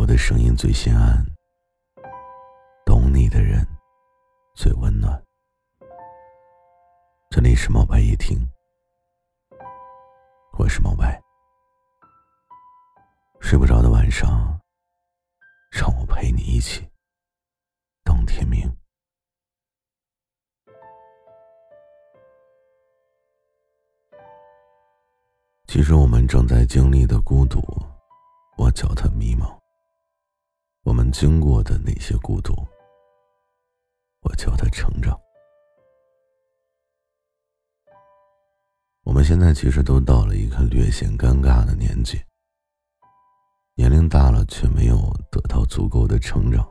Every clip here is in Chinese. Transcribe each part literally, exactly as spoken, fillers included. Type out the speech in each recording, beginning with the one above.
的声音最心安，懂你的人最温暖。这里是毛白夜听，我是毛白。睡不着的晚上，让我陪你一起等天明。其实我们正在经历的孤独，我叫它迷茫；我们经过的那些孤独，我叫它成长。我们现在其实都到了一个略显尴尬的年纪，年龄大了却没有得到足够的成长。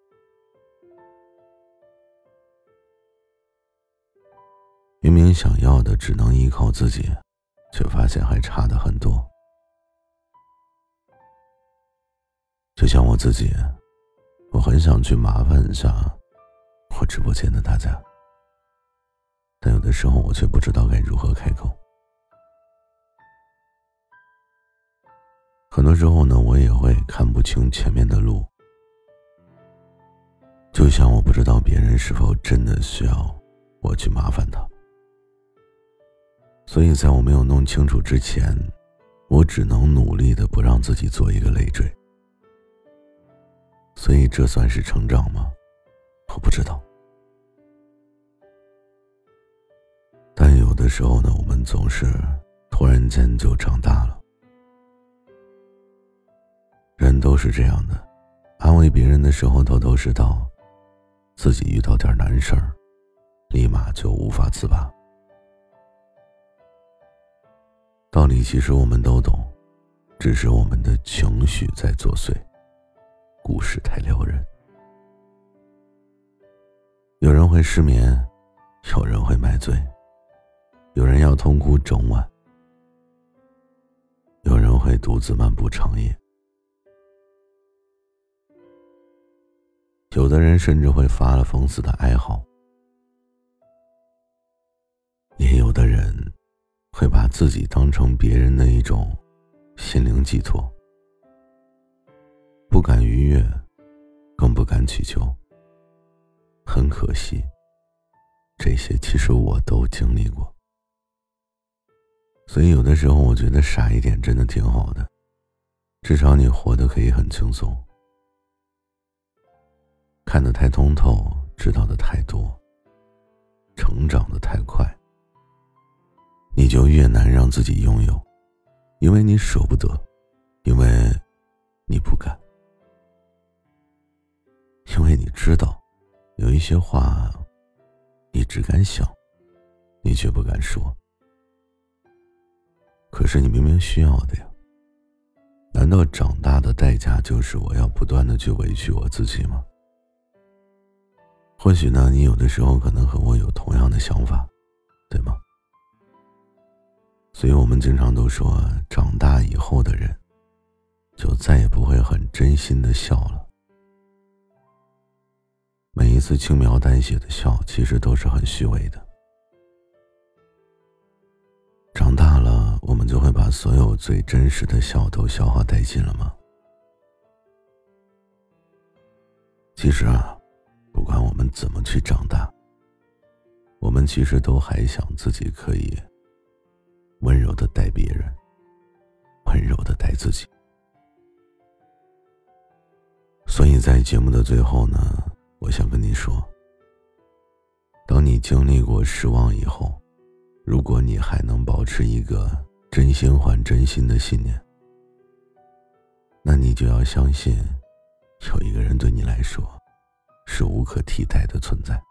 明明想要的只能依靠自己，却发现还差得很多。就像我自己，我很想去麻烦一下我直播间的大家，但有的时候我却不知道该如何开口。很多时候呢，我也会看不清前面的路，就像我不知道别人是否真的需要我去麻烦他。所以在我没有弄清楚之前，我只能努力的不让自己做一个累赘。所以这算是成长吗？我不知道。但有的时候呢，我们总是突然间就长大了。人都是这样的，安慰别人的时候头头是道，自己遇到点难事儿，立马就无法自拔。道理其实我们都懂，只是我们的情绪在作祟，故事太撩人。有人会失眠，有人会买醉，有人要痛哭整晚，有人会独自漫步长夜，有的人甚至会发了疯似的哀嚎，也有的人会把自己当成别人的一种心灵寄托，不敢逾越，更不敢祈求。很可惜，这些其实我都经历过。所以有的时候我觉得傻一点真的挺好的，至少你活得可以很轻松。看得太通透，知道的太多，成长的太快，你就越难让自己拥有，因为你舍不得，因为你不敢，因为你知道有一些话你只敢想，你却不敢说，可是你明明需要的呀。难道长大的代价就是我要不断的去委屈我自己吗？或许呢，你有的时候可能和我有同样的想法，对吗？所以我们经常都说，长大以后的人就再也不会很真心的笑了。每一次轻描淡写的笑，其实都是很虚伪的。长大了，我们就会把所有最真实的笑都消化殆尽了吗？其实啊，不管我们怎么去长大，我们其实都还想自己可以温柔地待别人，温柔地待自己。所以在节目的最后呢，我想跟你说，当你经历过失望以后，如果你还能保持一个真心换真心的信念，那你就要相信，有一个人对你来说是无可替代的存在。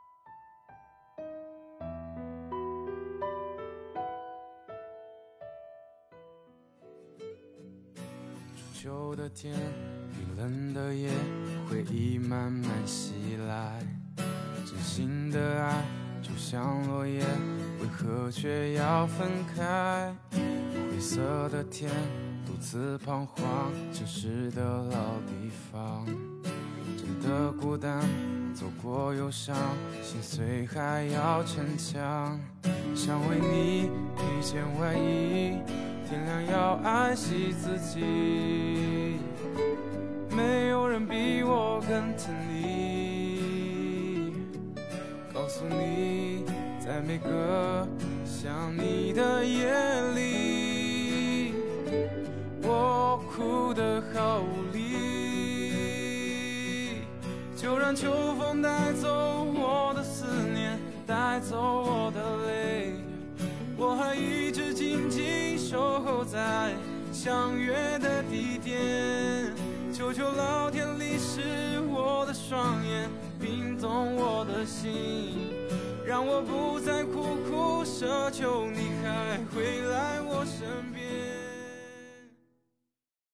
初秋的天，冰冷的夜，回忆慢慢袭来，真心的爱就像落叶，为何却要分开？灰色的天，独自彷徨，城市的老地方，真的孤单，走过忧伤，心碎还要逞强，想为你披件外衣，天亮要安息自己，没有人比我更疼你，告诉你，在每个想你的夜里，我哭得好无力。就让秋风带走我的思念，带走我的泪，我还一直紧紧守候在相约的地点。求求老天淋湿我的双眼，冰冻我的心，让我不再苦苦奢求你还回来。